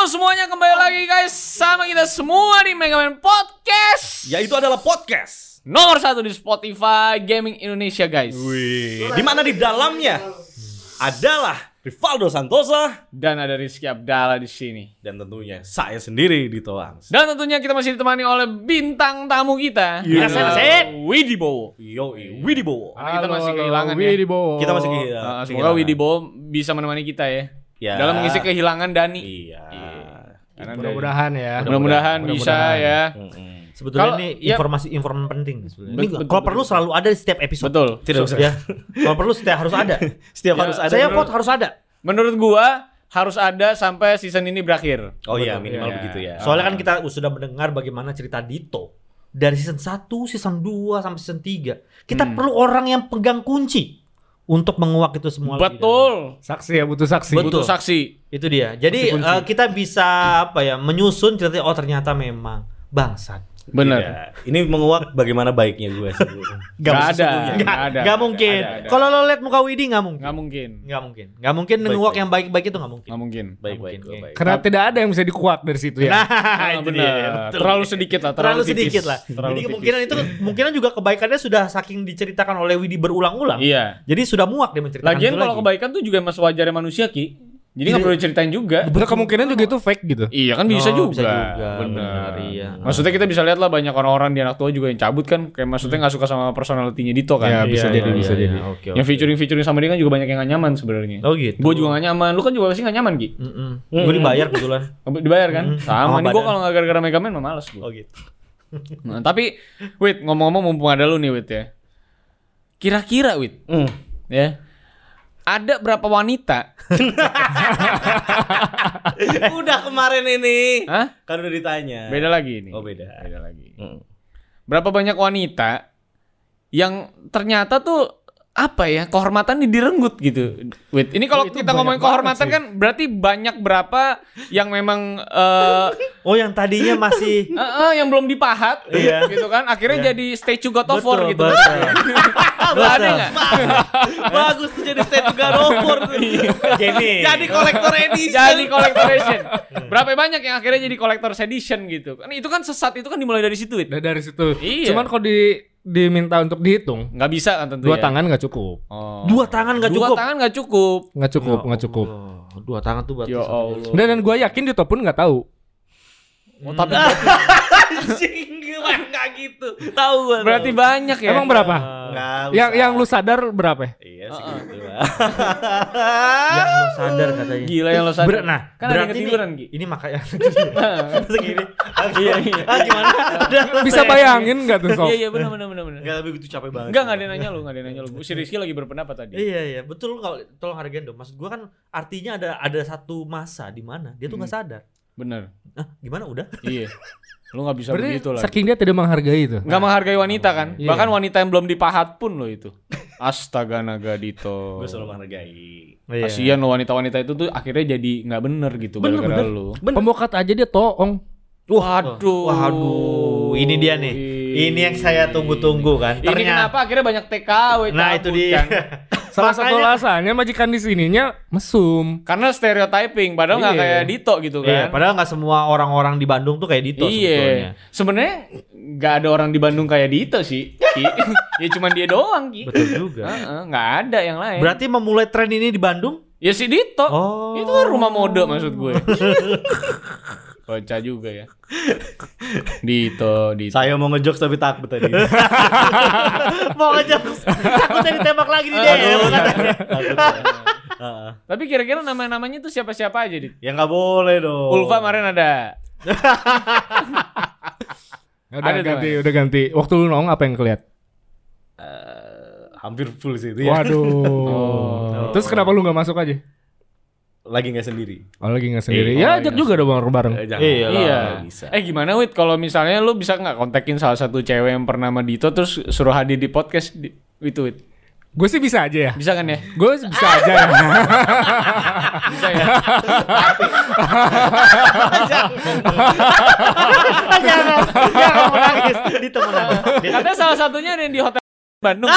Halo semuanya, kembali lagi guys sama kita semua di Megaman Podcast. Yaitu adalah podcast nomor 1 di Spotify Gaming Indonesia guys. di mana di dalamnya adalah Rivaldo Santosa Dan ada Rizky Abdallah di sini. dan tentunya saya sendiri Dito Angsa. Dan tentunya kita masih ditemani oleh bintang tamu kita. Widibowo. Widibowo. Karena kita masih kehilangan ya. Widibowo. Kita masih kehilangan. Semoga Widibowo bisa menemani kita ya. Ya. Dalam mengisi kehilangan Dani. Iya. Karena Mudah-mudahan ya. Mudah-mudahan bisa ya. Sebetulnya Kalau- ini ya. informasi penting sebenarnya. Betul, Ini kalau perlu selalu ada di setiap episode. Betul. Tidak usah. Ya. Kalau perlu setiap harus ada. Setiap harus ada. Saya vote harus ada. Menurut gua harus ada sampai season ini berakhir. Oh iya, minimal Iya. begitu ya. Soalnya kan kita sudah mendengar bagaimana cerita Dito dari season 1, season 2 sampai season 3. Kita perlu orang yang pegang kunci untuk menguak itu semua. Betul. Saksi ya, butuh saksi. Betul. Butuh saksi. Itu dia. Jadi kita bisa menyusun cerita oh ternyata memang bangsat. Benar. Iya. Ini menguak bagaimana baiknya gue sebelumnya. Gak ada. Nggak mungkin. Ada. Kalau lo lihat muka Widi nggak mungkin. Nggak mungkin. Nggak mungkin menguak Baik. yang baik-baik itu nggak mungkin. Nggak mungkin. Baik-baik. Mungkin. Baik. Karena tidak ada yang bisa dikuak dari situ ya. Nah, itu benar. dia. Betul. Terlalu sedikit lah. Terlalu tipis. sedikit lah. Terlalu Jadi tipis. kemungkinan juga kebaikannya sudah saking diceritakan oleh Widi berulang-ulang. Iya. Jadi sudah muak dia menceritakan Lagian itu kalau lagi. kebaikan tuh juga mas wajarnya manusia Ki. Jadi nggak perlu diceritain juga. Betul, kemungkinan juga itu fake gitu. Iya kan bisa Oh, juga. bisa juga. Benar. Iya. Maksudnya kita bisa lihat lah banyak orang-orang di anak tua juga yang cabut kan. Kayak maksudnya nggak suka sama personalitinya Dito kan. Ya, bisa jadi, bisa jadi. Oke. Yang featuring sama dia kan juga banyak yang nggak nyaman sebenarnya. Oh gitu. Gue juga nggak nyaman. Lu kan juga pasti nggak nyaman Ki. Gue dibayar kebetulan. Dibayar kan? Sama nih gue badan. kalau nggak gara-gara Megaman mah males gue. Oh gitu. Nah, tapi Wit, ngomong-ngomong mumpung ada lu nih Wit ya. Kira-kira Wit, ya. Ada berapa wanita? Udah kemarin ini. Hah? Kan udah ditanya. Beda lagi nih. Oh, beda. Beda lagi. Berapa banyak wanita yang ternyata tuh apa ya, kehormatan direnggut gitu. Wait, ini kalau itu kita banyak ngomongin banget kehormatan sih. kan berarti banyak berapa yang memang Oh yang tadinya masih yang belum dipahat Iya. gitu kan. Akhirnya jadi statue God of War gitu. betul. Lu ada enggak? Bagus tuh jadi stand God of War tuh. Gini. Jadi kolektor edition. Jadi collector edition. Berapa banyak yang akhirnya jadi collector edition gitu. Kan itu kan sesat itu kan dimulai dari situ, Wit. Dari situ. Iya. Cuman kalau diminta untuk dihitung, Nggak bisa kan tentu dua ya. tangan nggak cukup. Oh. Dua tangan nggak Dua cukup. tangan nggak cukup. Nggak cukup, nggak cukup. Oh, dua tangan tuh buat Ya Allah. Dan gue yakin Dito pun nggak tahu. Oh, tapi Anjing, enggak gitu. Tahu gua. berarti banyak ya. Emang berapa? Enggak Yang lu sadar berapa? Iya segitu lah. yang lo sadar katanya. Gila yang lo sadar. Nah, kan ada yang berarti ketiduran Ki. ini makanya Segini. Iya. gimana? Bisa bayangin nggak tuh Sob? Iya benar. Enggak tapi begitu capek banget. Enggak ada yang nanya lu. Si Rizky lagi berpendapat tadi. Iya betul kalau tolong hargain dong. Maksud gua kan artinya ada satu masa di mana dia tuh nggak sadar. Bener. Gimana udah? Iya. Lu nggak bisa Berarti begitu lah. saking dia tidak menghargai itu. Nggak menghargai wanita kan? Iya. Bahkan wanita yang belum dipahat pun lo itu. Astaga naga Dito. Gue selalu menghargai. Iya. Kasian lo wanita-wanita itu tuh akhirnya jadi nggak bener gitu gara-gara lu. Pembokat aja dia toong. Waduh. Ini dia nih. Ini yang saya tunggu-tunggu kan. Ini kenapa akhirnya banyak TKW Nah itu cabut dia. kan? Salah satu Makanya- alasannya majikan di sininya mesum. Karena stereotyping, padahal nggak Iya. kayak Dito gitu Iya, kan? padahal nggak semua orang-orang di Bandung tuh kayak Dito sebetulnya. Iya. Sebenarnya nggak ada orang di Bandung kayak Dito sih. Ki. Ya cuman dia doang Ki. Betul juga. Nggak ada yang lain. Berarti memulai tren ini di Bandung? Ya si Dito. Oh. Itu kan rumah mode maksud gue. Baca juga ya. Dito. Saya mau ngejokes tapi takut tadi. Mau ngajak takutnya ditembak lagi di DM katanya. Tapi kira-kira nama-namanya tuh siapa-siapa aja, Dit? Ya nggak boleh dong. Ulfa kemarin ada. Ada tuh, Udah ganti. Waktu lu nongol apa yang keliat? Hampir full sih itu ya. Waduh. Terus kenapa lu nggak masuk aja? Lagi nggak sendiri. Oh lagi nggak sendiri. Ya ajak juga dong bareng. Jangan. Iya. Bisa. Gimana Wit kalau misalnya lu bisa nggak kontakin salah satu cewek yang pernah sama Dito terus suruh hadir di podcast itu Wit? Gue sih bisa aja ya. Bisa kan ya? Gue bisa aja ya. Bisa ya. Jangan menangis. Dito menangis. Katanya salah satunya ada yang di hotel Bandung.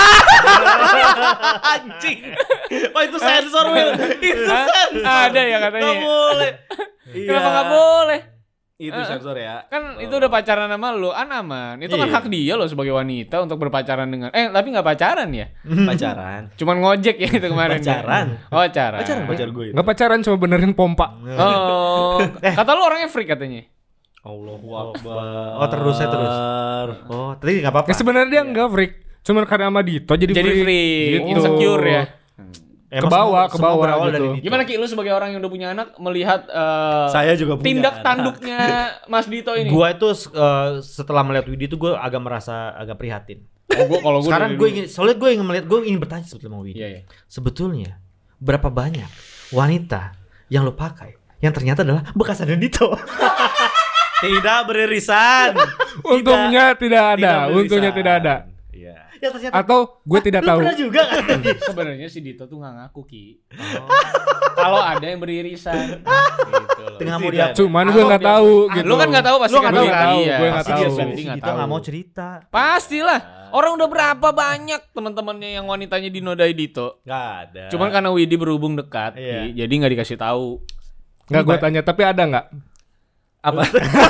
Anjing. Oh itu sensor Will. Itu sensor. Ada ya katanya. Nggak boleh. Kenapa nggak boleh? Itu sensor ya. Kan itu udah pacaran sama lu, aman. Itu kan Iya. hak dia loh sebagai wanita untuk berpacaran dengan tapi nggak pacaran ya? Pacaran. Cuman ngojek ya itu kemarin. Pacaran. Oh, pacaran. Pacar gue itu. Nggak pacaran, cuma benerin pompa. Oh, kata lu orangnya freak katanya. Allahu Akbar. Oh, terus. Oh, tadi enggak apa-apa. Ya sebenarnya dia nggak freak. Cuman karena sama Dito jadi Freak, Gitu. insecure ya. Ke bawah berawal gitu. dari Dito. Gimana Ki, lu sebagai orang yang udah punya anak melihat Saya juga punya tindak anak. tanduknya Mas Dito ini? Gua itu setelah melihat Widi itu gue agak merasa agak prihatin. Kalau gua Sekarang gue ingin bertanya sebetulnya sama Widi. Iya. Sebetulnya berapa banyak wanita yang lo pakai yang ternyata adalah bekasannya Dito? Tidak beririsan. Untungnya tidak ada. beririsan. Untungnya tidak ada. Iya. Ya ternyata Atau gue tidak lu tahu. pernah juga kan? Sebenarnya si Dito tuh nggak ngaku Ki. Kalau ada yang beririsan, gitu loh. Tengah mau Tidak. dia. Cuman gue nggak tahu gitu. Lu kan nggak tahu pasti Lu nggak kan? tahu Iya, kan? iya. Gue nggak Pasti tahu. dia Si berarti nggak Dito tahu. nggak mau cerita. Pastilah. Orang udah berapa banyak teman-temannya yang wanitanya dinodai Dito. Nggak ada. Cuman karena Widi berhubung dekat, Iya. Ki, jadi nggak dikasih tahu. Nggak gue tanya, tapi ada nggak? apa?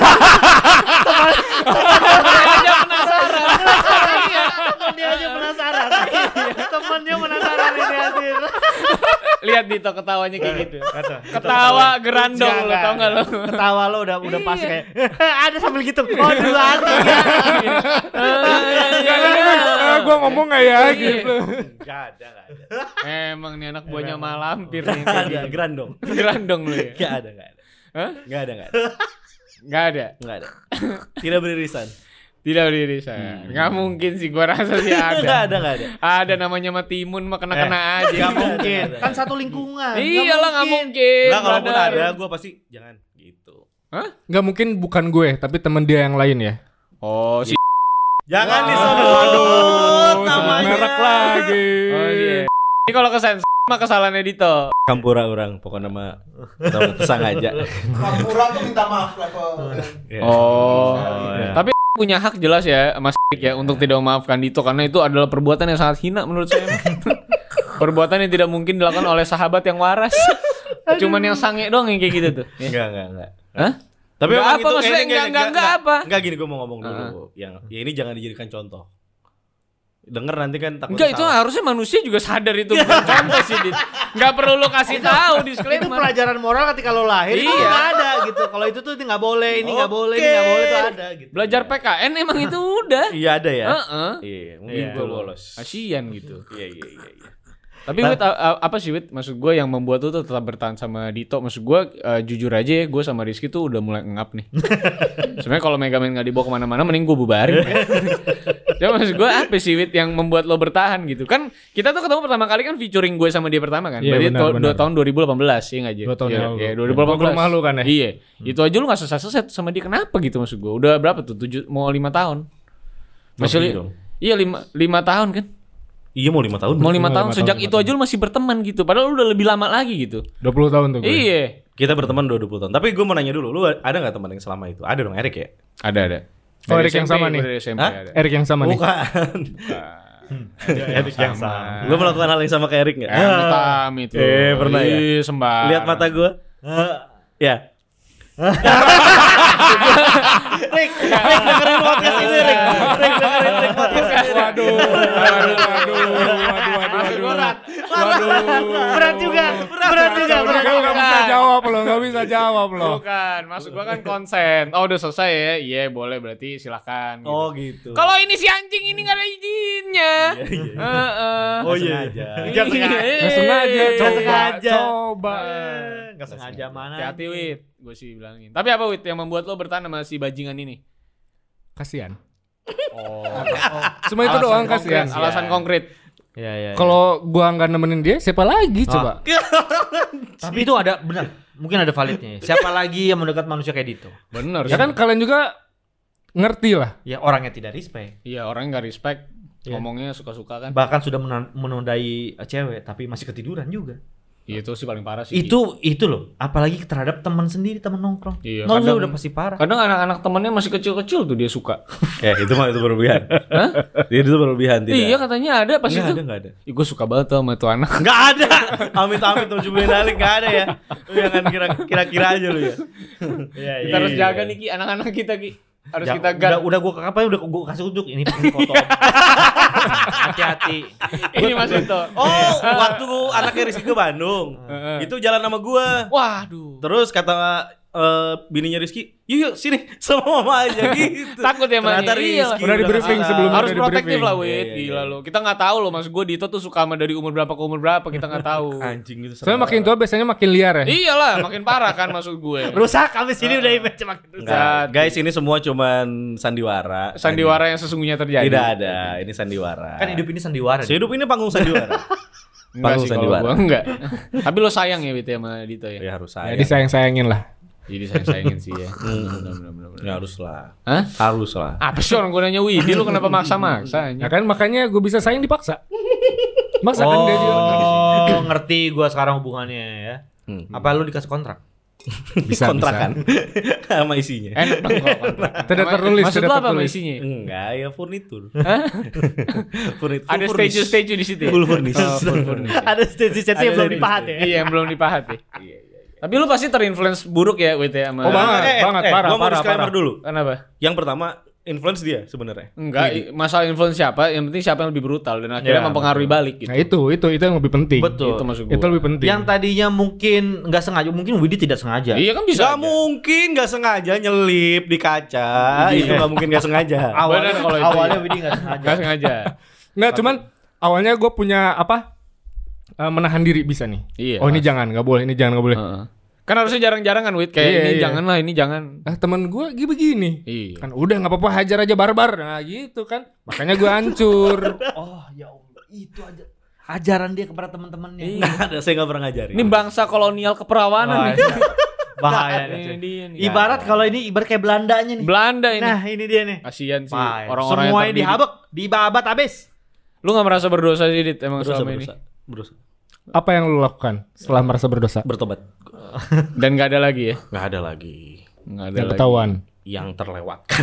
Dia aja penasaran. Temennya penasaran ini hadir. Lihat Dito ketawanya kayak gitu. Ketawa gerandong lo, tau nggak lo? Ketawa lo udah pas kayak ada sambil gitu. Oh dulu hati. Gue ngomong nggak ya Iya. gitu. Nggak ada. Emang nih anak buahnya malampir nih. Nggak ada. Gerandong. Gerandong lu ya? Nggak ada. Hah? Nggak ada. Nggak ada. Nggak ada. Tidak beririsan. Tidak beririsan. Nggak mungkin sih, gua rasa sih Nggak ada. ada. Ada namanya Matimun mah kena-kena aja. Gak mungkin. Ada. Kan satu lingkungan. Iyalah nggak mungkin. Nggak, kalaupun brother. ada, gue pasti jangan gitu. Hah? Nggak mungkin bukan gue, tapi temen dia yang lain ya. Oh, si Jangan disebut. sebut namanya. merek lagi. Oh iya. Ini kalau kesensor mah kesalahannya Dito. Kampura orang pokoknya nama tersangka. Kampura tuh minta maaf level. Ya. Oh. Iya. Tapi punya hak jelas ya Mas ya untuk tidak memaafkan Dito karena itu adalah perbuatan yang sangat hina menurut saya. Perbuatan yang tidak mungkin dilakukan oleh sahabat yang waras. Cuman yang sange doang yang kayak gitu tuh. Ya. Enggak. Hah? Tapi Enggak emang apa, itu maksudnya kayaknya enggak apa? Enggak gini gue mau ngomong dulu. Yang ya ini jangan dijadikan contoh. Denger nanti kan takut Enggak, itu salah. harusnya manusia juga sadar itu bukan contoh sih, Dit. Enggak perlu lo kasih tahu Itu disclaimer. pelajaran moral ketika lo lahir itu Iya. nggak ada gitu. Kalau itu tuh nggak boleh, ini nggak boleh, ini nggak boleh tuh ada gitu. Belajar PKN emang itu udah. Iya ada ya. Heeh. Iya, mungkin Iya. gue bolos. Kasian gitu. Iya. Tapi Wit, apa sih Wit? Maksud gue yang membuat lu tuh tetap bertahan sama Dito. Maksud gue jujur aja ya, gue sama Rizky tuh udah mulai ngap nih. Sebenarnya kalau Megaman nggak dibawa kemana-mana, mending gue bubarin. Cuma maksud gue apa sih Wit yang membuat lo bertahan gitu? Kan kita tuh ketemu pertama kali kan featuring gue sama dia pertama kan. Iya, Berarti benar. tahun 2018 ya nggak aja? 2 tahun yang lalu. Iya, Ke 2018. rumah lu kan ya? Iya. Itu aja lu nggak selesai sama dia, kenapa gitu maksud gue? Udah berapa tuh? 5 tahun. Masih Lebih dong. Iya 5 tahun kan? Iya mau 5 tahun. Mau 5 tahun 5 sejak tahun, itu aja lu masih berteman gitu. Padahal lu udah lebih lama lagi gitu. 20 tahun tuh gue. Iya. Kita berteman 20 tahun. Tapi gue mau nanya dulu, lu ada nggak teman yang selama itu? Ada dong, Erik ya? Ada. Oh, Dari Erik yang SMP, sama nih? dari SMP Hah? ada. Erik yang sama nih. Bukan. Erik yang sama. Lu melakukan hal yang sama kayak Erik nggak? Tam itu. Pernah ya? Ih, sembar. Lihat mata gue. Ya. Rick, dengerin podcast ini, Rick. Rick, dengerin podcast ini. Waduh. Berat juga. Nggak bisa jawab lo. Bukan, maksud gua kan konsen. Oh, udah selesai ya? Iya, boleh berarti silakan. Gitu. Oh gitu. Kalau ini si anjing ini nggak ada izinnya. Heeh. Oh iya. Nggak sengaja. Coba. Nggak sengaja mana? Hati-hati Wit, gue sih bilangin. Tapi apa Wit yang membuat lo bertahan sama si bajingan ini? Kasian. Oh. Cuma itu doang kasian. Alasan konkret. Iya. Kalau gua nggak nemenin dia, siapa lagi coba? Tapi itu ada benar. Mungkin ada validnya. Siapa lagi yang mendekat manusia kayak Dito? Bener Ya kan kalian juga ngerti lah. Ya orangnya tidak respect. Iya, orangnya nggak respect. Iya. Ngomongnya suka-suka kan. Bahkan sudah menodai cewek tapi masih ketiduran juga. Iya, itu sih paling parah sih. Itu loh, apalagi terhadap teman sendiri, teman nongkrong. Iya, Nggak usah, kadang- udah pasti parah. Kadang anak-anak temennya masih kecil-kecil tuh dia suka. Itu mah itu berlebihan. Itu berlebihan tidak. Iya, katanya ada pas itu. Enggak ada. Ih, gue suka banget tuh sama tuh anak. Enggak ada. Amit-amit tuh jubelin alik enggak ada ya. Lu jangan kira-kira aja lu ya. Kita harus jaga nih Ki, anak-anak kita Ki. Harus Ja- kita guard. udah gue udah gue kasih unjuk ini foto. Hati-hati. Ini Mas itu. Oh, waktu anaknya Rizky ke Bandung. Itu jalan sama gua. Waduh. Terus kata bininya Rizky, yuk sini sama mama aja gitu. Takut ya Ternyata Mani. Iya. Rizky Udah di briefing kasih sebelumnya. tahu. Harus Udah di protektif briefing. lah, Wit. Iya, Gila lo. Kita nggak tahu loh, maksud gue Dito tuh suka sama dari umur berapa ke umur berapa, kita nggak tahu. Anjing gitu. Soalnya makin tua biasanya makin liar ya. Iyalah, makin parah kan maksud gue. Rusak habis ini udah image makin rusak. Enggak, guys, ini semua cuman sandiwara. Sandiwara yang sesungguhnya terjadi. Tidak ada, ini sandiwara. Kan hidup ini sandiwara. Hidup ini panggung sandiwara. Enggak Panggung sih kalau sandiwara. gue enggak. Tapi lo sayang ya Wit ya sama Dito ya. Ya harus Ya sayang. disayang-sayangin lah. Jadi sayangin sih ya. Bener-bener. Ya harus lah. Hah? Harus lah. Apa sih orang gue nanya Widi, lu kenapa maksa-maksa? Ya kan makanya gue bisa sayang dipaksa. Maksa kan dia juga. Oh, ngerti gue sekarang hubungannya ya. Apa lu dikasih kontrak? Bisa, kontrakan sama isinya. Enak dong kalau kontrak. Tidak tertulis, Maksud tidak lo apa sama tertulis. isinya? Enggak, ya furnitur. Ada Full furnish. statue di situ ya? Full furnish. Oh, full furnish. Ada stage-stage yang belum dipahat ya. Iya, yang belum dipahat ya. Tapi lu pasti terinfluence buruk ya Wit ya sama. Oh, banget, parah, Gua mau parah, disclaimer parah. dulu. Kenapa? Yang pertama, influence dia sebenarnya. Enggak, masalah influence siapa, yang penting siapa yang lebih brutal dan akhirnya Ya, mempengaruhi balik gitu. Nah itu yang lebih penting. Betul. Itu maksud gue. Itu lebih penting. Yang tadinya mungkin nggak sengaja, mungkin Widi tidak sengaja. Iya kan bisa. Gak aja. mungkin gak sengaja nyelip di kaca. Itu gak mungkin gak sengaja. Awalnya Benar kalau itu, awalnya iya. Widi nggak sengaja. Enggak sengaja. Nggak, cuman awalnya gue punya apa? Menahan diri bisa nih. Iya, Oh ini pasti. jangan, nggak boleh, ini jangan, nggak boleh. Heeh. Kan harusnya jarang-jarang kan Wit kayak Iya, ini iya. jangan lah, ini jangan. Temen gue begini. Iya. Kan udah nggak apa-apa, hajar aja barbar. Nah gitu kan. Makanya gue hancur. Oh ya Allah, itu aja ajaran dia kepada teman-temannya. Nggak ada, saya gak pernah ngajarin. Ini bangsa kolonial keperawanan nih. Bahaya Ini nih. dia nih. Ibarat kalau ini ibarat kayak Belandanya nih. Belanda ini. Nah, ini dia nih. Kasihan sih Bahaya. orang-orang yang Semuanya terdidik. dihabek, dibabat habis. Lu gak merasa berdosa sih Dit emang selama ini? Berdosa. Apa yang lu lakukan setelah merasa berdosa? Bertobat. Dan gak ada lagi ya? Gak ada lagi. Gak ada Yang lagi. ketahuan. Yang terlewatkan.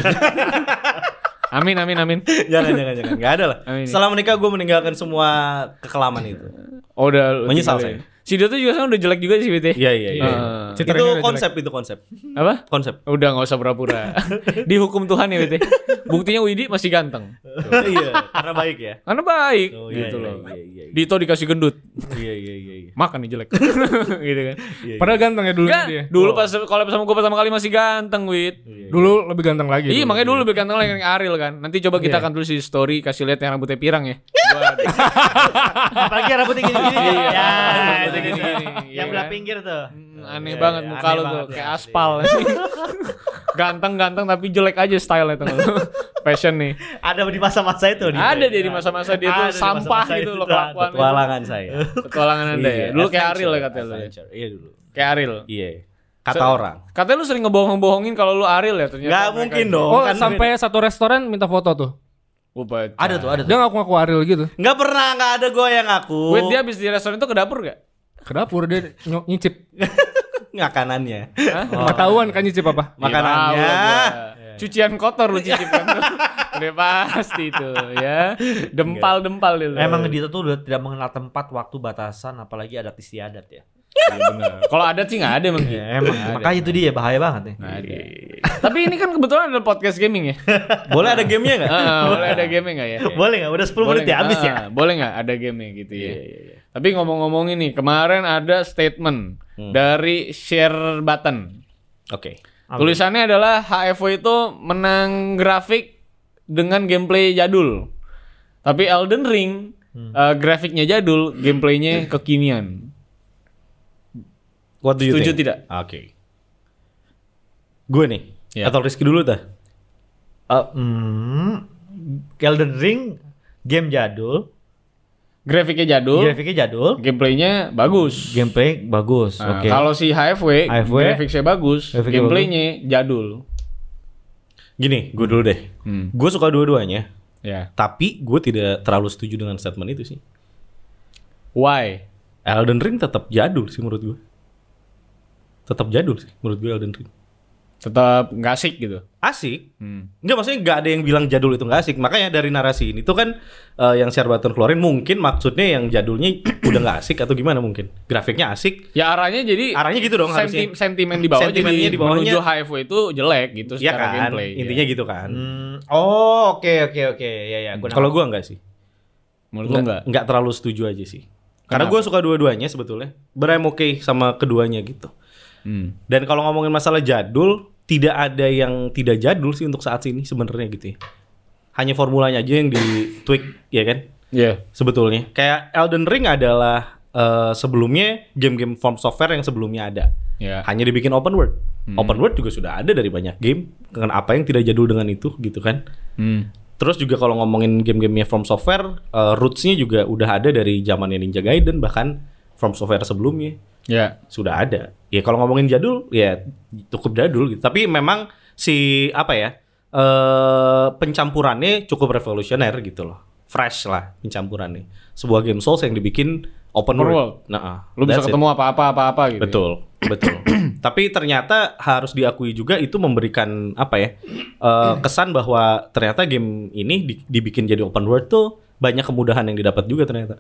Amin. jangan. Gak ada lah. Amin. Setelah menikah gue meninggalkan semua kekelaman itu. Oh udah lu Menyesal tinggalin. saya. Si Dito juga sekarang udah jelek juga sih Wit ya? Iya. Citranya Itu udah konsep, itu konsep. Apa? Konsep. Udah gak usah pura-pura. Dihukum Tuhan ya Wit ya? Buktinya Widi masih ganteng. Iya, karena baik ya. Karena baik Oh, iya, gitu iya, loh. iya. Dito dikasih gendut. Iya. Makan nih jelek. Gitu kan. Padahal ganteng ya dulu Enggak, dia. dulu pas kalau sama gue pertama kali masih ganteng Wit. Dulu lebih ganteng lagi. Iya dulu. makanya dulu lebih ganteng lagi kayak Ariel kan. Nanti coba kita akan tulis di story kasih lihat yang rambutnya pirang ya. Waduh. Apalagi rambutnya gini-gini. Ya, itu gini. Iya Yang belah kan? pinggir tuh. Aneh Iya, banget iya, muka aneh lu tuh banget kayak ya, aspal. Ganteng-ganteng tapi jelek aja style itu. Fashion nih. Ada di masa-masa itu nih. Ada dia di masa-masa dia tuh Ada di sampah masa-masa gitu itu loh tuh, kelakuan. Petualangan saya. Petualangan Anda ya. Dulu kayak Ariel ya katanya lu. ya. Adventure. Iya dulu. Kayak Ariel. Iya. Kata orang. Katanya lu sering ngebohong-bohongin kalau lu Ariel ya ternyata. Gak mereka- mungkin dong. Oh kan sampai satu restoran minta foto tuh. Gua baca. Ada tuh. Dia ngaku-ngaku Ariel gitu. Nggak pernah, nggak ada gue yang ngaku. Wait, dia habis di restoran itu ke dapur gak? Ke dapur dia nyicip. Makanannya. Ketahuan kan nyicip apa? Makanannya. Ya, tahu gua. Cucian kotor lu cicipkan tuh. Udah pasti tuh ya. Dempal-dempal dia. lu. Emang Dito tuh udah tidak mengenal tempat, waktu, batasan, apalagi adat istiadat ya. Iya benar. Kalau adat sih nggak ada emang. Ya, emang makanya itu dia bahaya banget nih. Nggak ada. Tapi ini kan kebetulan ada podcast gaming ya. Boleh ada gamenya nggak? Boleh ada gaming nggak ya? Boleh nggak? Udah 10 menit ya habis ya. Boleh nggak ada gaming gitu ya? Tapi ngomong-ngomong ini, kemarin ada statement dari Share Button. Oke. Tulisannya adalah HFW itu menang grafik dengan gameplay jadul. Tapi Elden Ring grafiknya jadul, gameplaynya kekinian. What do you Setuju think? tidak? Oke. Gue nih. Ya. Atau Rizky dulu dah. Elden Ring game jadul, Grafiknya jadul, grafiknya jadul, gameplaynya bagus. gameplay bagus. Nah, Oke. kalau si HFW, HFW, grafiknya bagus, grafiknya gameplaynya jadul. Gini, gue dulu deh. Hmm. Gue suka dua-duanya. Ya. Tapi gue tidak terlalu setuju dengan statement itu sih. Why? Elden Ring tetap jadul sih menurut gue. Tetap jadul sih menurut gue Elden Ring. Tetap nggak asik gitu. Asik. Enggak, maksudnya nggak ada yang bilang jadul itu nggak asik. Makanya dari narasi ini tuh kan yang share button keluarin mungkin maksudnya yang jadulnya udah nggak asik atau gimana mungkin. Grafiknya asik. Ya arahnya gitu dong harusnya. Sentimen di bawah Sentimennya jadi di bawahnya- menuju HFW itu jelek gitu Iya secara kan, gameplay. intinya gitu kan. Oh, oke. Ya. Kalau gua enggak sih. Menurut lu enggak? Enggak terlalu setuju aja sih. Karena Kenapa? gue suka dua-duanya sebetulnya. But I'm okay sama keduanya gitu. Dan kalau ngomongin masalah jadul, tidak ada yang tidak jadul sih untuk saat ini sebenarnya gitu ya. Hanya formulanya aja yang di tweak, ya kan? Iya. Sebetulnya. Kayak Elden Ring adalah sebelumnya game-game From Software yang sebelumnya ada. Ya. Hanya dibikin open world. Open world juga sudah ada dari banyak game. Dengan apa yang tidak jadul dengan itu gitu kan? Terus juga kalau ngomongin game-gamenya From Software, roots-nya juga udah ada dari zamannya Ninja Gaiden, bahkan From Software sebelumnya Ya. sudah ada. Ya kalau ngomongin jadul, ya cukup jadul gitu. Tapi memang si pencampurannya cukup revolusioner gitu loh. Fresh lah pencampurannya. Sebuah game Souls yang dibikin open world. Nah, Lu bisa that's it. ketemu apa-apa gitu. Betul. Tapi ternyata harus diakui juga itu memberikan kesan bahwa ternyata game ini dibikin jadi open world tuh banyak kemudahan yang didapat juga ternyata.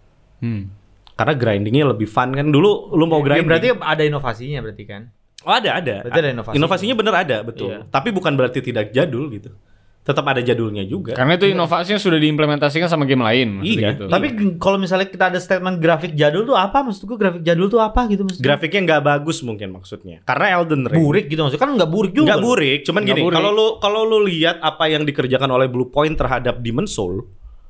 Karena grindingnya lebih fun kan. Dulu lu mau grinding. Berarti ada inovasinya berarti kan? Oh ada. Berarti ada inovasi. Inovasinya bener ada, betul. Iya. Tapi bukan berarti tidak jadul gitu. Tetap ada jadulnya juga. Karena itu inovasinya sudah diimplementasikan sama game lain. maksudnya Iya. Gitu. Tapi kalau misalnya kita ada statement grafik jadul tuh apa? Maksud gue grafik jadul tuh apa gitu maksudnya? Grafiknya nggak bagus mungkin maksudnya. Karena Elden Ring Burik gitu maksudnya. Kan nggak burik juga. nggak burik, cuman Nggak gini, burik. kalau lu lihat apa yang dikerjakan oleh Bluepoint terhadap Demon's Soul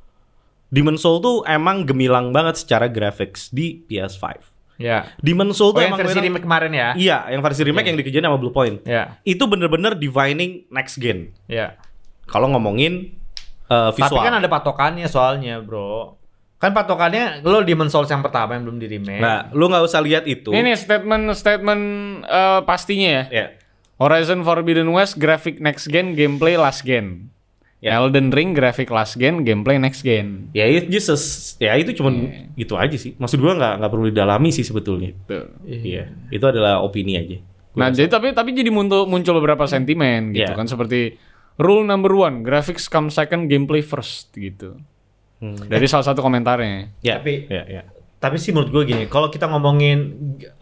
tuh emang gemilang banget secara graphics di PS5. Ya. Demon's Soul tuh yang emang versi bener- remake kemarin ya? Iya, yang versi remake yang dikerjain sama Bluepoint. Ya. Itu bener-bener divining next gen. Ya. Kalau ngomongin visual. Tapi kan ada patokannya soalnya, bro. Kan patokannya lo Demon's Souls yang pertama yang belum di remake. Nah, lu nggak usah lihat itu. Ini statement pastinya ya. Ya. Horizon Forbidden West graphic next gen, gameplay last gen. Ya. Elden Ring graphic last gen, gameplay next gen. Ya itu cuman gitu aja sih. Maksud gua nggak perlu didalami sih sebetulnya. Tuh. Iya, itu adalah opini aja. Nah, jadi tapi jadi muncul beberapa sentimen gitu Iya. kan, seperti rule number 1, graphics come second, gameplay first gitu. Dari salah satu komentarnya. Ya, Tapi- ya. Tapi sih menurut gue gini, kalau kita ngomongin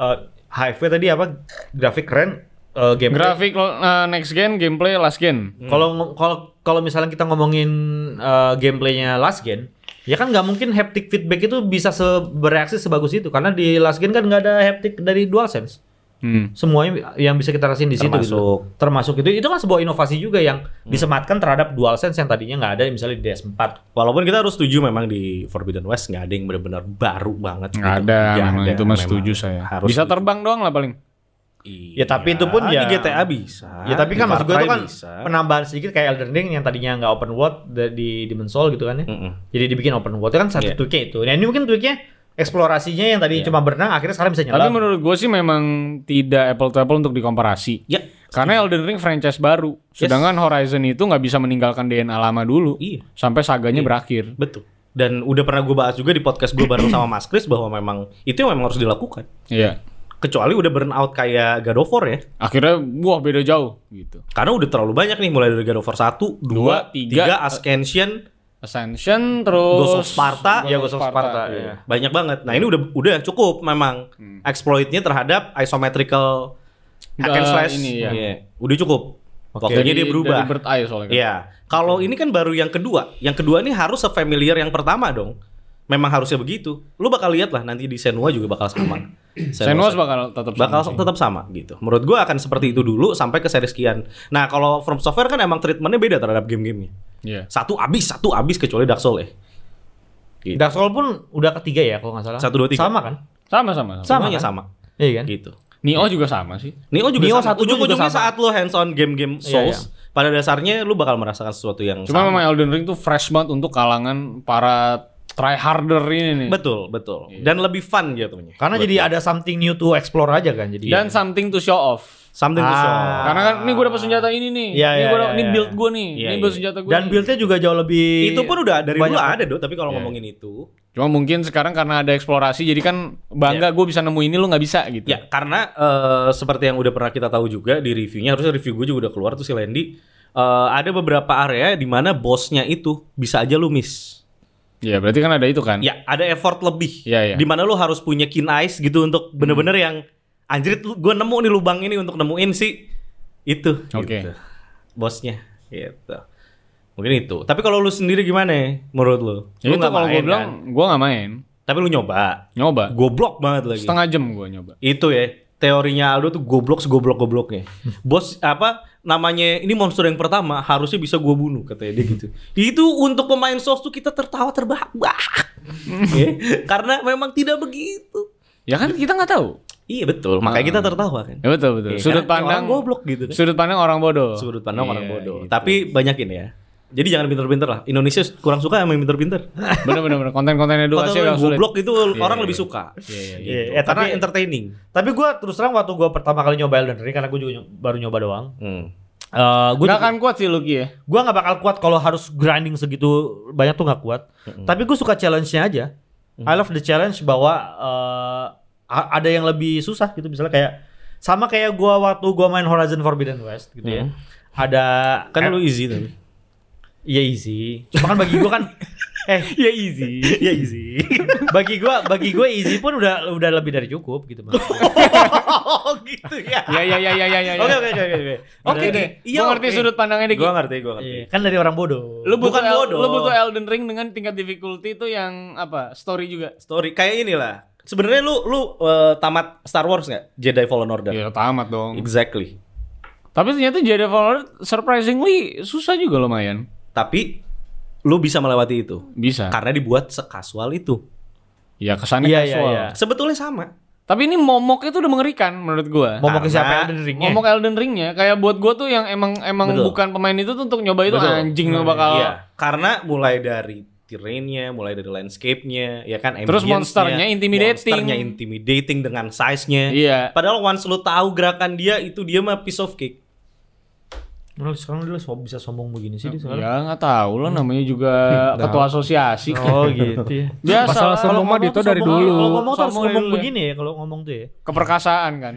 HFW tadi apa? Grafik keren, gameplay. Grafik next gen, gameplay last gen. Kalau misalnya kita ngomongin gameplaynya last gen, ya kan nggak mungkin haptic feedback itu bisa bereaksi sebagus itu karena di last gen kan nggak ada haptic dari DualSense. Semuanya yang bisa kita rasain di situ gitu. Termasuk itu kan sebuah inovasi juga yang disematkan terhadap DualSense yang tadinya nggak ada misalnya di DS4. Walaupun kita harus setuju memang di Forbidden West nggak ada yang benar-benar baru banget. Nggak gitu. ada, Nggak memang ada, itu mah memang. setuju saya. Harus Bisa setuju. terbang doang lah paling. Iya, Ya tapi itu pun ya di GTA bisa. Ya tapi kan di maksud gue Far itu Cry kan bisa. penambahan sedikit kayak Elden Ring yang tadinya nggak open world di Demon's Souls gitu kan ya. Jadi dibikin open world itu kan satu Iya. tweaknya itu. Nah ini mungkin tweaknya eksplorasinya yang tadi cuma berenang akhirnya sekarang bisa Tapi nyelam. menurut gue sih memang tidak apple to apple untuk dikomparasi. Ya. Karena Elden Ring franchise baru, sedangkan Horizon itu nggak bisa meninggalkan DNA lama dulu, Iya. sampai saganya berakhir. Betul. Dan udah pernah gue bahas juga di podcast gue bareng sama Mas Chris bahwa memang itu yang memang harus dilakukan. Iya. Kecuali udah burn out kayak God of War ya. Akhirnya, wah beda jauh gitu. Karena udah terlalu banyak nih mulai dari God of War 1, 2, 3, Ascension, Ascension, terus Ghost of Sparta. Iya, Ghost of Sparta, iya. Banyak banget. Nah, ini udah cukup memang exploitnya terhadap isometrical hack and slash. ini, ya. Iya, udah cukup. Waktunya dia berubah. Dari Bird Eye soalnya kan. Iya. Kalau ini kan baru yang kedua. Yang kedua ini harus se-familiar yang pertama dong. Memang harusnya begitu. Lu bakal lihat lah nanti di Senua juga bakal sama. Senua bakal tetap Bakal tetap sama gitu. Menurut gua akan seperti itu dulu sampai ke seri sekian. Nah, kalau From Software kan emang treatmentnya beda terhadap game-gamenya. Iya. Satu abis kecuali Dark Souls ya. Gitu. Dark Souls pun udah ketiga ya kalau nggak salah. 1, 2, 3. Sama kan? Sama. Semuanya kan? sama. Iya kan? Gitu. Nioh juga sama sih. Nioh juga Nioh sama. satu juga Ujung-ujungnya sama. saat lo hands on game-game Souls, pada dasarnya lu bakal merasakan sesuatu yang Cuma sama. memang Elden Ring tuh fresh banget untuk kalangan para try harder ini nih. Betul. Dan lebih fun jatuhnya. Karena Buat jadi gua. ada something new to explore aja kan jadi. Dan something to show off. Something to show. Karena kan ini gue dapat senjata ini nih. Iya, ini iya, gua iya, ini iya. build gue nih. Iya, ini iya. build senjata gue. Dan build-nya juga jauh lebih Itu pun udah dari dulu banyak. ada do, tapi kalau Iya. ngomongin itu Cuma mungkin sekarang karena ada eksplorasi jadi kan bangga gue bisa nemu ini lu nggak bisa gitu. ya karena seperti yang udah pernah kita tahu juga di reviewnya, harusnya review gue juga udah keluar tuh si Landy, ada beberapa area di mana bosnya itu bisa aja lu miss. Iya, berarti kan ada itu kan. Ya, ada effort lebih. Iya, iya. Di mana lu harus punya keen eyes gitu untuk bener-bener yang anjir gue nemu nih lubang ini untuk nemuin si itu Oke. gitu. Bosnya gitu. Mungkin itu. Tapi kalau lu sendiri gimana menurut lu? Ya Lu itu nggak kalau gue main, bilang kan? gue nggak main. Tapi lu nyoba. Nyoba. Goblok banget lagi. Setengah jam gue nyoba. Itu ya. Teorinya Aldo tuh goblok segoblok-gobloknya. Bos apa namanya ini monster yang pertama harusnya bisa gua bunuh katanya dia gitu. Itu untuk pemain Souls tuh kita tertawa terbahak-bahak. Ya, karena memang tidak begitu. Ya kan kita nggak tahu. Iya betul, makanya kita tertawa kan. Ya betul. Iya, Sudut karena pandang orang goblok gitu kan. Sudut pandang orang bodoh. Sudut pandang orang Iya, bodoh. gitu. Tapi banyakin ya. Jadi jangan pinter-pinter lah. Indonesia kurang suka sama yang pinter-pinter. Bener. Konten-konten edukasi Kalau yang sulit. goblok itu orang lebih suka. Gitu. Iya, Karena tapi- entertaining. Tapi gue terus terang waktu gue pertama kali nyoba Elden Ring karena gue juga baru nyoba doang. Gue Gak akan kuat sih Lucky ya. gue nggak bakal kuat kalau harus grinding segitu banyak tuh nggak kuat. Tapi gue suka challenge-nya aja. I love the challenge bahwa ada yang lebih susah gitu, misalnya kayak sama kayak gue waktu gue main Horizon Forbidden West gitu ya. Ada Kan lu easy tapi. iya easy. Cuma kan bagi gue kan Ya easy. Iya easy. bagi gue easy pun udah lebih dari cukup gitu Bang. Oh gitu ya. Ya. Oke deh. Iya, Gue ngerti oke. sudut pandangnya Dik. Gua ngerti. Iya, kan dari orang bodoh. Lu butuh Bukan bodoh. Lu butuh Elden Ring dengan tingkat difficulty itu yang apa? Story juga. Story kayak inilah. Sebenarnya lu tamat Star Wars nggak? Jedi Fallen Order. Ya tamat dong. Exactly. Tapi ternyata Jedi Fallen Order surprisingly susah juga lumayan. Tapi lu bisa melewati itu Bisa. karena dibuat sekasual itu. Ya kesannya Iya, casual. iya. Sebetulnya sama. Tapi ini momok itu udah mengerikan menurut gua. Momok ke siapa Karena Elden Ring-nya? Momok Elden Ring-nya kayak buat gua tuh yang emang Betul. bukan pemain itu tuh untuk nyoba itu Betul. anjing lu bakal. Iya. Karena mulai dari terrain-nya, mulai dari landscape-nya, ya kan, Terus ambience-nya, monsternya intimidating. monsternya intimidating dengan size-nya. Iya. Padahal once lu tahu gerakan dia itu dia mah piece of cake. Menurut sekarang dia bisa sombong begini sih dia sekarang. Ya nggak tahu lah namanya juga ketua asosiasi. Oh gitu ya. Biasa Masalah lah. sombong mah Dito dari Sombong- dulu. Kalau ngomong tuh harus Sombong ngomong dulu ya. begini ya kalau ngomong tuh ya. Keperkasaan kan.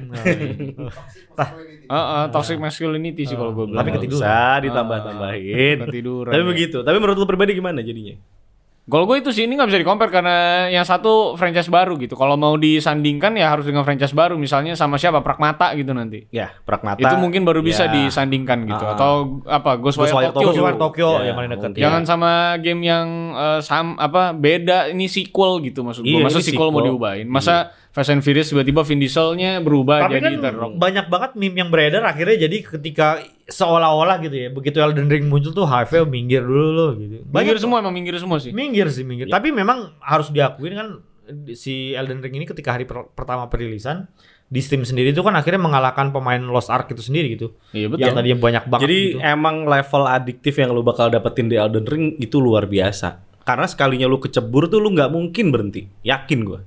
Toxic masculinity sih kalau gue bilang. Tapi ketiduran. Bisa ditambah-tambahin. Ketiduran. Tapi ya. begitu. Tapi menurut lu pribadi gimana jadinya? Kalau gue itu sih ini nggak bisa di-compare karena yang satu franchise baru gitu. Kalau mau disandingkan ya harus dengan franchise baru. Misalnya sama siapa? Pragmata gitu nanti. Ya, Pragmata. Itu mungkin baru bisa Ya. disandingkan gitu. Atau apa? Ghostwire Ghostwire Tokyo. Tokyo. Ghostwire Tokyo Ya, yang paling dekat. mungkin. Jangan sama game yang beda. Ini sequel gitu maksud gue. Iya, Masa ini sequel mau sequel. diubahin? Masa Fast and Furious tiba-tiba Vin Diesel-nya berubah Tapi jadi kan The Rock? banyak banget meme yang beredar akhirnya jadi ketika seolah-olah gitu ya. Begitu Elden Ring muncul tuh HV minggir dulu loh gitu. Minggir semua emang minggir semua sih. Minggir sih minggir. Tapi memang harus diakuin kan si Elden Ring ini ketika hari pertama perilisan di Steam sendiri itu kan akhirnya mengalahkan pemain Lost Ark itu sendiri gitu. Iya betul. Yang tadinya banyak banget Jadi gitu. emang level adiktif yang lu bakal dapetin di Elden Ring itu luar biasa. Karena sekalinya lu kecebur tuh lu nggak mungkin berhenti. Yakin gue.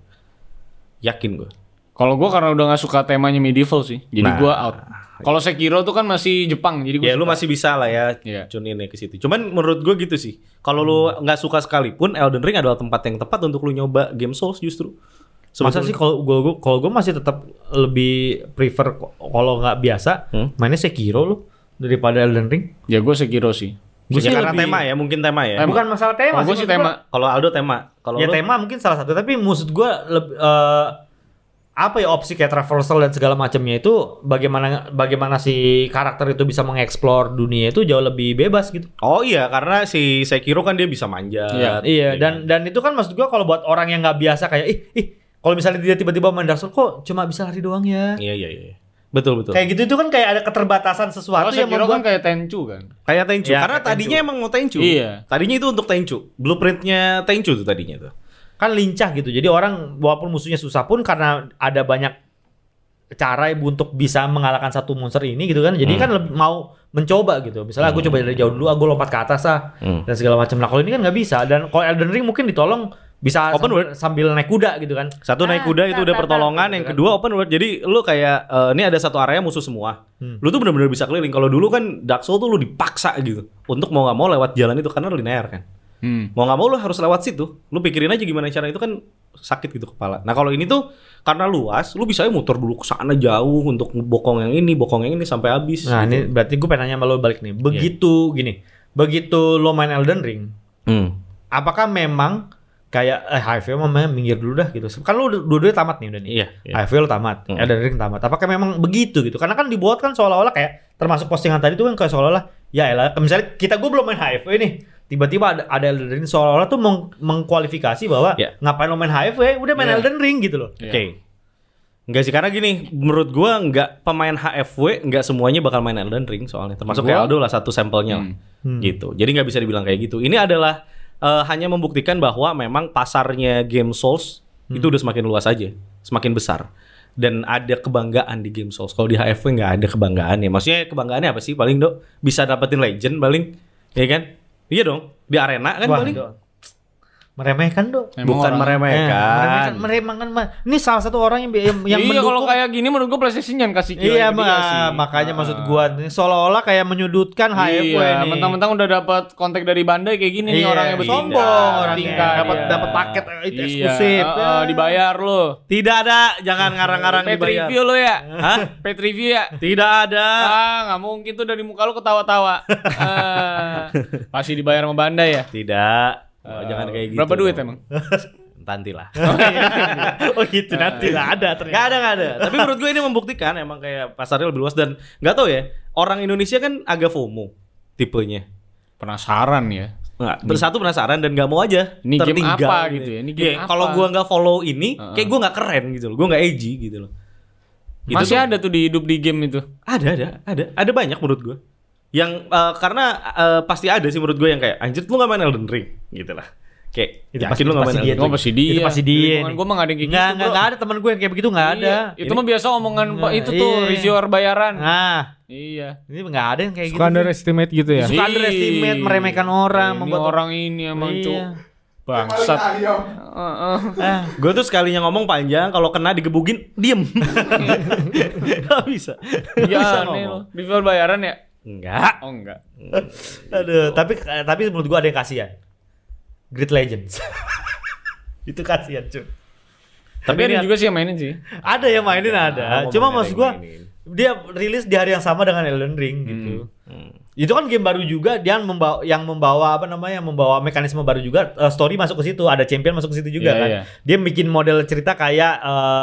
Kalau gue karena udah gak suka temanya medieval sih, jadi Nah. gue out. Kalau Sekiro tuh kan masih Jepang, jadi gue Ya lu masih bisa lah ya Iya. tune in ke situ. Cuman menurut gue gitu sih. Kalau lu nggak suka sekalipun, Elden Ring adalah tempat yang tepat untuk lu nyoba game Souls justru. Masa sih kalau gue masih tetap lebih prefer kalau nggak biasa mainnya Sekiro loh daripada Elden Ring. ya gue Sekiro sih. Gue Ya, sih karena lebih- tema ya, mungkin tema ya. Tema. Bukan masalah tema. Kalau gue sih maksud tema. Kalau Aldo tema. Kalau Ya lu tema mungkin salah satu, tapi maksud gue apa ya opsi kayak traversal dan segala macamnya itu bagaimana si karakter itu bisa mengeksplor dunia itu jauh lebih bebas gitu. Oh iya, karena si Sekiro kan dia bisa manjat. Iya, dan itu kan maksud gue kalau buat orang yang nggak biasa kayak kalau misalnya dia tiba-tiba main Dark Souls kok cuma bisa lari doang ya. Iya. Betul. Kayak gitu itu kan kayak ada keterbatasan sesuatu Kalau yang Sekiro kan membuat kayak Tenchu kan. Kayak Tenchu. Ya, Karena kayak tadinya emang mau Tenchu. Iya. Tadinya itu untuk Tenchu. Blueprintnya Tenchu tuh tadinya tuh. kan lincah gitu. Jadi orang walaupun musuhnya susah pun karena ada banyak cara untuk bisa mengalahkan satu monster ini gitu kan. Jadi kan lebih mau mencoba gitu. Misalnya aku coba dari jauh dulu, aku lompat ke atas dan segala macam. Nah kalau ini kan nggak bisa. Dan kalau Elden Ring mungkin ditolong bisa Open sambil naik kuda gitu kan. Satu naik kuda itu udah pertolongan, yang kedua open world. Jadi lu kayak ini ada satu area musuh semua. Lu tuh benar-benar bisa keliling. Kalau dulu kan Dark Souls tuh lu dipaksa gitu untuk mau nggak mau lewat jalan itu karena linear kan. Mau nggak mau lu harus lewat situ. Lu pikirin aja gimana cara itu kan sakit gitu kepala. Nah kalau ini tuh karena luas, lu bisa muter dulu ke sana jauh untuk bokong yang ini sampai habis. Nah gitu. ini berarti gue pengen nanya sama lo balik nih. Begitu lo main Elden Ring, apakah memang kayak HIV memang minggir dulu dah gitu. Kan lu dua-duanya tamat nih udah nih. Iya. HIV lu tamat, Elden Ring tamat. Apakah memang begitu gitu? Karena kan dibuat kan seolah-olah kayak termasuk postingan tadi tuh kan kayak seolah-olah ya elah misalnya gue belum main HIV nih. Tiba-tiba ada Elden Ring seolah-olah tuh mengkualifikasi bahwa ngapain lo main HIV, udah main Elden Ring gitu loh. Oke. Enggak sih, karena gini, menurut gua pemain HFW enggak semuanya bakal main Elden Ring soalnya. Termasuk kayak Aldo lah satu sampelnya lah. Gitu. Jadi enggak bisa dibilang kayak gitu. Ini adalah hanya membuktikan bahwa memang pasarnya game Souls itu udah semakin luas aja, semakin besar. Dan ada kebanggaan di game Souls. Kalau di HFW enggak ada kebanggaannya. Maksudnya kebanggaannya apa sih? Paling bisa dapetin legend paling, ya kan? Iya dong, di arena kan paling. Meremehkan Bukan meremehkan. Meremehkan. Ini salah satu orang yang Iya mendukung. kalau kayak gini menurut gue PlayStation jangan kasih kill. Iya makanya maksud gua ini seolah-olah kayak menyudutkan HFW iya, nih. mentang-mentang udah dapat kontak dari Bandai kayak gini nih orangnya sombong orangnya. tingkat. Dapat paket itu eksklusif. Dibayar lo. Tidak ada, jangan ngarang-ngarang Paid dibayar. review lo ya? Hah? Paid review ya? Tidak ada. Nggak mungkin tuh dari muka lo ketawa-tawa. Pasti dibayar sama Bandai ya? Tidak. Jangan kayak gitu. Berapa duit emang? Nantilah. Oh gitu nanti lah ada ternyata. Gak ada. Tapi menurut gue ini membuktikan emang kayak pasarnya lebih luas dan nggak tahu ya. Orang Indonesia kan agak FOMO tipenya. Penasaran ya? Satu penasaran dan nggak mau aja Ini game tertinggal apa gitu ya? Ini game apa? Kalau gue nggak follow ini, kayak gue nggak keren gitu loh. Gue nggak edgy gitu loh. Masih ada tuh di hidup di game itu? Ada banyak menurut gue. Yang karena pasti ada sih menurut gue yang kayak anjir lu nggak main Elden Ring gitu lah. Kayak Itu yakin lu nggak main Elden Ring. Pasti dia. Itu pasti dia. Gue mah nggak ada yang kayak gitu. Nggak ada teman gue yang kayak begitu nggak ada. Itu mah biasa omongan itu tuh reviewer bayaran. Nah, iya. ini nggak ada yang kayak gitu. Suka underestimate gitu ya. Suka underestimate, meremehkan orang, Ini membuat orang ini emang cuk. Paling Bangsat. ayam. Gue tuh sekalinya ngomong panjang, kalau kena digebugin diem. Gak bisa. Iya aneh lo. Reviewer bayaran ya? Enggak. Oh enggak. Aduh, tapi menurut gua ada yang kasihan. Great Legends. Itu kasihan, cuy. Tapi ada juga sih yang mainin sih. Ada yang mainin ada. Cuma maksud gua mainin. dia rilis di hari yang sama dengan Elden Ring gitu. Itu kan game baru juga, dia membawa membawa mekanisme baru juga, story masuk ke situ, ada champion masuk ke situ juga Iya, kan. iya. Dia bikin model cerita kayak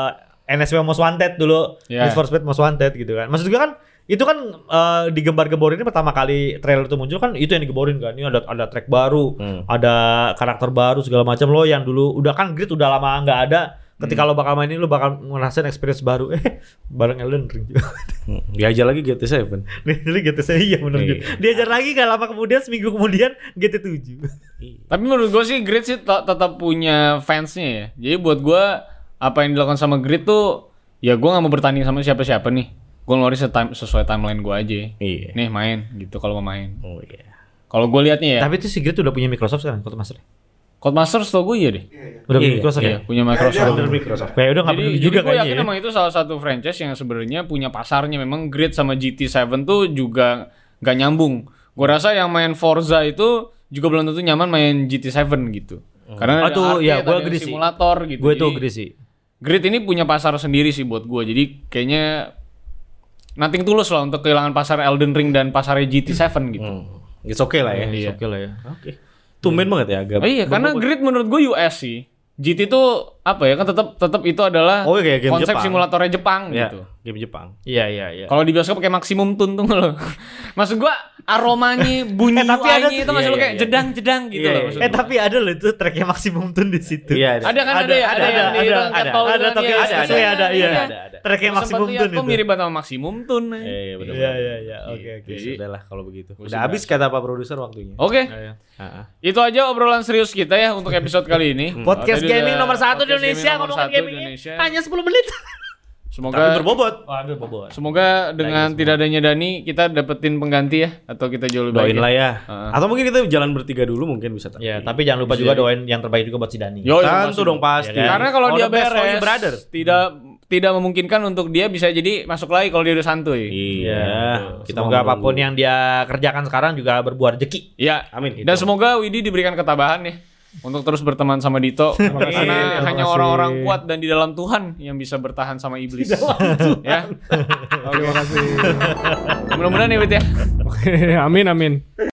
NSW Most Wanted dulu, Iya. Need for Speed Most Wanted gitu kan. Maksud gua kan itu kan digembar-gemborin ini pertama kali trailer itu muncul kan itu yang digemborin kan. Ini ada track baru, ada karakter baru segala macam. Lo yang dulu udah kan Grid udah lama nggak ada. Ketika lo bakal main ini lo bakal ngerasain experience baru. Bareng Elden Ring juga. Diajar lagi GT7. Jadi GT7 iya bener Iya. juga. Diajar lagi gak lama kemudian seminggu kemudian GT7. Tapi menurut gue sih Grid sih tetap punya fansnya ya. Jadi buat gue apa yang dilakukan sama Grid tuh ya gue nggak mau bertanding sama siapa-siapa nih. Gue ngeluarin sesuai timeline gue aja. Iya. Nih main gitu kalau mau main. Oh iya. Kalau gue liatnya ya. Tapi itu si Grid udah punya Microsoft sekarang Codemaster. Codemasters tau gue iya deh. Udah punya Iya, Microsoft Iya, ya. punya Microsoft. Kayak udah nggak peduli juga gue kayaknya. yakin Ya. emang itu salah satu franchise yang sebenarnya punya pasarnya. Memang Grid sama GT7 tuh juga gak nyambung. Gue rasa yang main Forza itu juga belum tentu nyaman main GT7 gitu. Karena ada tuh, arcade, ya, gua ada agree sih. simulator gitu. Gue tuh Jadi, agree sih. Grid ini punya pasar sendiri sih buat gue. Jadi kayaknya nothing tulus lah untuk kehilangan pasar Elden Ring dan pasarnya GT7 gitu. It's okay lah ya. Iya. Oke lah ya. Oke. Tumben banget ya agak. Oh iya, karena Grid menurut gue US sih. GT tuh apa ya kan tetap itu adalah Oh, kayak game konsep Jepang. simulatornya Jepang Ya, gitu. game Jepang. Iya. Kalau di bioskop kayak maksimum tun tuh lo. Maksud gua aromanya, bunyi tapi ada UI-nya itu tuh- masih lo iya, kayak iya. jedang-jedang gitu Iya, loh iya. maksud gua. Tapi ada loh itu tracknya Maximum Tune di situ. Iya, Ada kan ada ya, ada yang di Tokyo ada Tokyo Express ada, iya. Tracknya Gua Maximum sempet lihat Tune kok itu. mirip banget sama Maximum Tune. Iya, benar. Iya. Oke. Ya sudah lah kalau begitu. Gua Udah sih habis kata Pak Produser waktunya. Oke, Heeh. itu aja obrolan serius kita ya untuk episode kali ini. Podcast Tadi gaming udah nomor 1 di podcast Indonesia nomor ngomongin 1 di gaming Indonesia. hanya 10 menit. Semoga berbobot. Waduh, bobot. semoga dengan tidak adanya Dani kita dapetin pengganti ya atau kita jauh lebih Doain baik. lah ya. Heeh. Atau mungkin kita jalan bertiga dulu mungkin bisa. Ya, tapi jangan lupa juga doain yang terbaik juga buat si Dani. Yo, Tentu dong pasti. Ya kan? karena kalau All dia the best for you, beres brother. tidak memungkinkan untuk dia bisa jadi masuk lagi kalau dia udah santuy. Iya. Kita semoga apapun yang dia kerjakan sekarang juga berbuah rezeki. Iya. Amin. Dan semoga Widi diberikan ketabahan nih untuk terus berteman sama Dito karena terima hanya kasih. orang-orang kuat dan di dalam Tuhan yang bisa bertahan sama iblis. Ya. Terima kasih. Mudah-mudahan ya Wid ya. Oke, amin.